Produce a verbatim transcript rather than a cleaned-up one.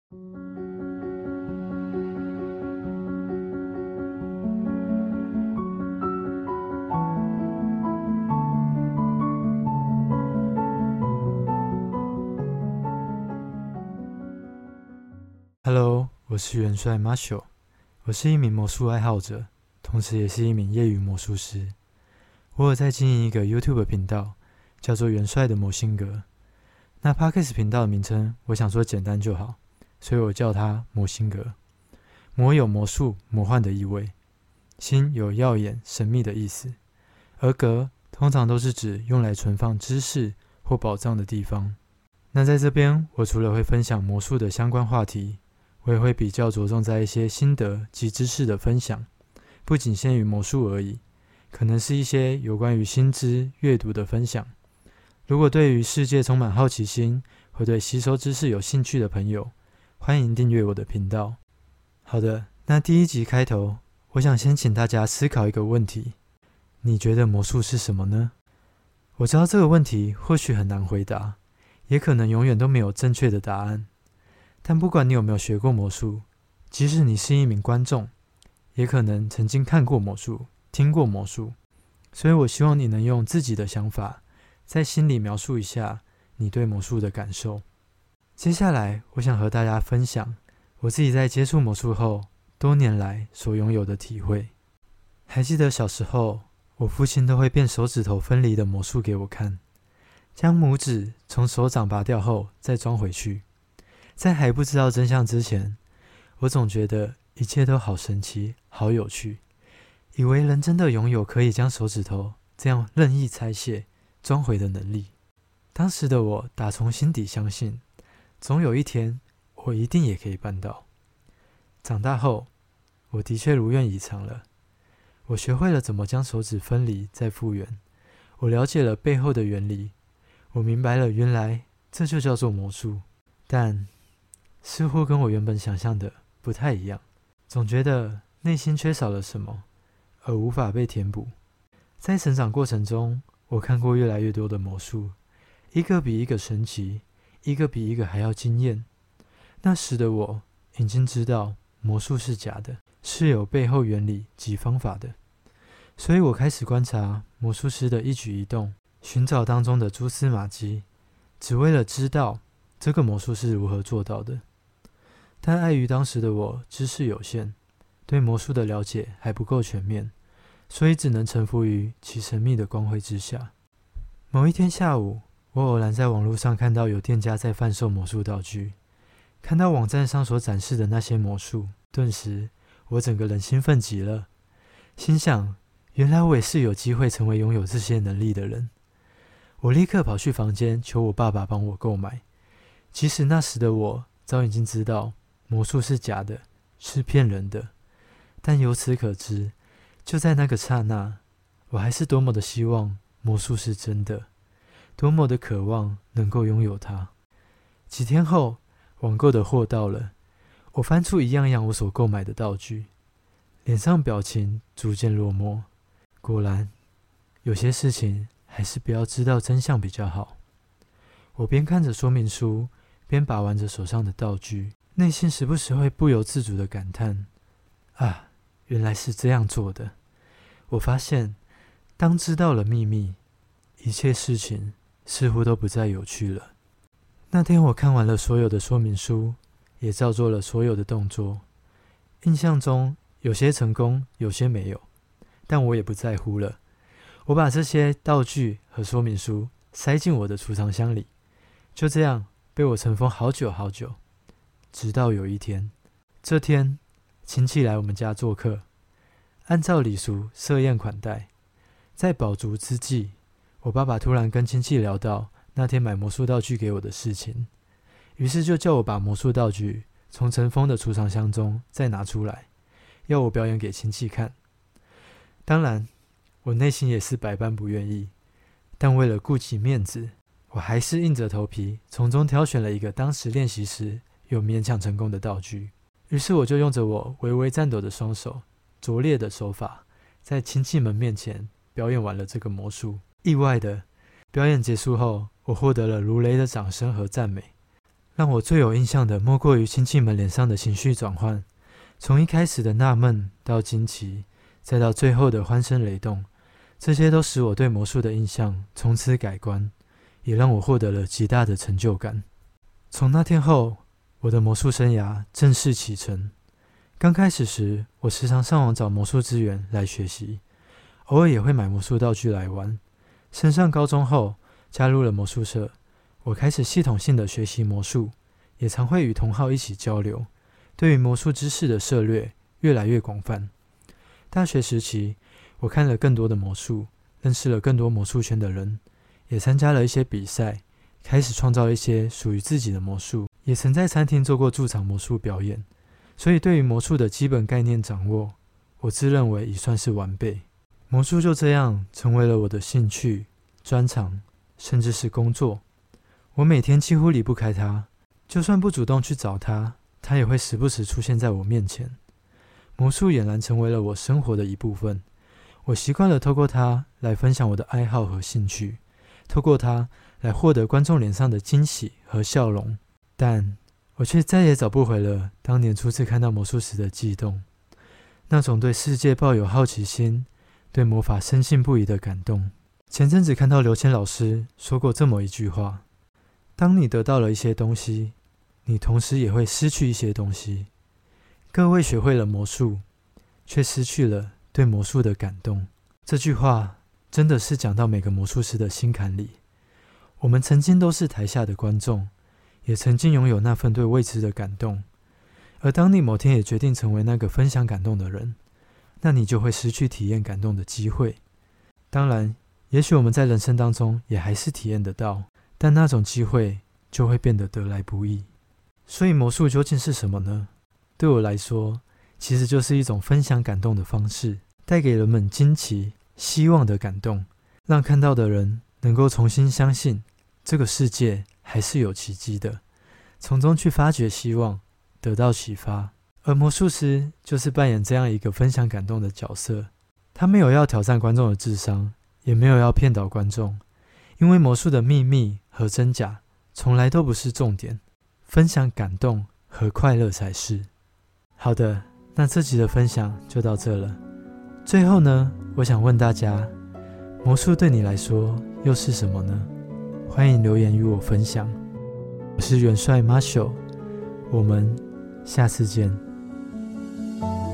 Hello， 我是元帅 Marshall， 我是一名魔术爱好者，同时也是一名业余魔术师。我有在经营一个 YouTube 频道，叫做元帅的魔心阁。那 Podcast 频道的名称，我想说简单就好，所以我叫它魔心阁。魔有魔术、魔幻的意味，心有耀眼、神秘的意思，而阁通常都是指用来存放知识或宝藏的地方。那在这边，我除了会分享魔术的相关话题，我也会比较着重在一些心得及知识的分享，不仅限于魔术而已，可能是一些有关于新知、阅读的分享。如果对于世界充满好奇心，或对吸收知识有兴趣的朋友，欢迎订阅我的频道。好的，那第一集开头，我想先请大家思考一个问题：你觉得魔术是什么呢？我知道这个问题或许很难回答，也可能永远都没有正确的答案。但不管你有没有学过魔术，即使你是一名观众，也可能曾经看过魔术、听过魔术，所以我希望你能用自己的想法，在心里描述一下你对魔术的感受。接下来，我想和大家分享我自己在接触魔术后多年来所拥有的体会。还记得小时候，我父亲都会变手指头分离的魔术给我看，将拇指从手掌拔掉后再装回去。在还不知道真相之前，我总觉得一切都好神奇、好有趣，以为人真的拥有可以将手指头这样任意拆卸、装回的能力。当时的我打从心底相信，总有一天我一定也可以办到。长大后，我的确如愿以偿了。我学会了怎么将手指分离再复原，我了解了背后的原理，我明白了原来这就叫做魔术。但似乎跟我原本想象的不太一样，总觉得内心缺少了什么，而无法被填补。在成长过程中，我看过越来越多的魔术，一个比一个神奇，一个比一个还要惊艳。那时的我已经知道魔术是假的，是有背后原理及方法的，所以我开始观察魔术师的一举一动，寻找当中的蛛丝马迹，只为了知道这个魔术是如何做到的。但碍于当时的我知识有限，对魔术的了解还不够全面，所以只能臣服于其神秘的光辉之下。某一天下午，我偶然在网络上看到有店家在贩售魔术道具，看到网站上所展示的那些魔术，顿时我整个人兴奋极了，心想原来我也是有机会成为拥有这些能力的人。我立刻跑去房间求我爸爸帮我购买，即使那时的我早已经知道魔术是假的，是骗人的，但由此可知，就在那个刹那，我还是多么的希望魔术是真的，多么的渴望能够拥有它。几天后，网购的货到了，我翻出一样样我所购买的道具，脸上表情逐渐落寞。果然，有些事情还是不要知道真相比较好。我边看着说明书，边把玩着手上的道具，内心时不时会不由自主的感叹：啊，原来是这样做的。我发现，当知道了秘密，一切事情似乎都不再有趣了。那天我看完了所有的说明书，也照做了所有的动作。印象中有些成功，有些没有，但我也不在乎了。我把这些道具和说明书塞进我的储藏箱里，就这样被我尘封好久好久。直到有一天，这天亲戚来我们家做客，按照礼俗设宴款待。在饱足之际，我爸爸突然跟亲戚聊到那天买魔术道具给我的事情，于是就叫我把魔术道具从尘封的储藏箱中再拿出来，要我表演给亲戚看。当然，我内心也是百般不愿意，但为了顾及面子，我还是硬着头皮从中挑选了一个当时练习时有勉强成功的道具。于是我就用着我微微颤抖的双手，拙劣的手法，在亲戚们面前表演完了这个魔术。意外的，表演结束后，我获得了如雷的掌声和赞美， 让我最有印象的莫过于亲戚们脸上的情绪转换，从一开始的纳闷到惊奇，再到最后的欢声雷动，这些都使我对魔术的印象从此改观，也让我获得了极大的成就感。从那天后，我的魔术生涯正式启程。刚开始时，我时常上网找魔术资源来学习，偶尔也会买魔术道具来玩。升上高中后，加入了魔术社，我开始系统性的学习魔术，也常会与同好一起交流，对于魔术知识的涉猎越来越广泛。大学时期，我看了更多的魔术，认识了更多魔术圈的人，也参加了一些比赛，开始创造一些属于自己的魔术，也曾在餐厅做过驻场魔术表演，所以对于魔术的基本概念掌握，我自认为已算是完备。魔术就这样成为了我的兴趣、专长，甚至是工作。我每天几乎离不开它，就算不主动去找它，它也会时不时出现在我面前。魔术俨然成为了我生活的一部分，我习惯了透过它来分享我的爱好和兴趣，透过它来获得观众脸上的惊喜和笑容。但我却再也找不回了当年初次看到魔术时的悸动，那种对世界抱有好奇心，对魔法深信不疑的感动。前阵子看到刘谦老师说过这么一句话：当你得到了一些东西，你同时也会失去一些东西。各位学会了魔术，却失去了对魔术的感动。这句话真的是讲到每个魔术师的心坎里。我们曾经都是台下的观众，也曾经拥有那份对未知的感动。而当你某天也决定成为那个分享感动的人，那你就会失去体验感动的机会。当然，也许我们在人生当中也还是体验得到，但那种机会就会变得得来不易。所以魔术究竟是什么呢？对我来说，其实就是一种分享感动的方式，带给人们惊奇、希望的感动，让看到的人能够重新相信这个世界还是有奇迹的，从中去发掘希望，得到启发。而魔术师就是扮演这样一个分享感动的角色，他没有要挑战观众的智商，也没有要骗倒观众，因为魔术的秘密和真假从来都不是重点，分享感动和快乐才是。好的，那这集的分享就到这了。最后呢，我想问大家，魔术对你来说又是什么呢？欢迎留言与我分享。我是元帅 Marshall， 我们下次见。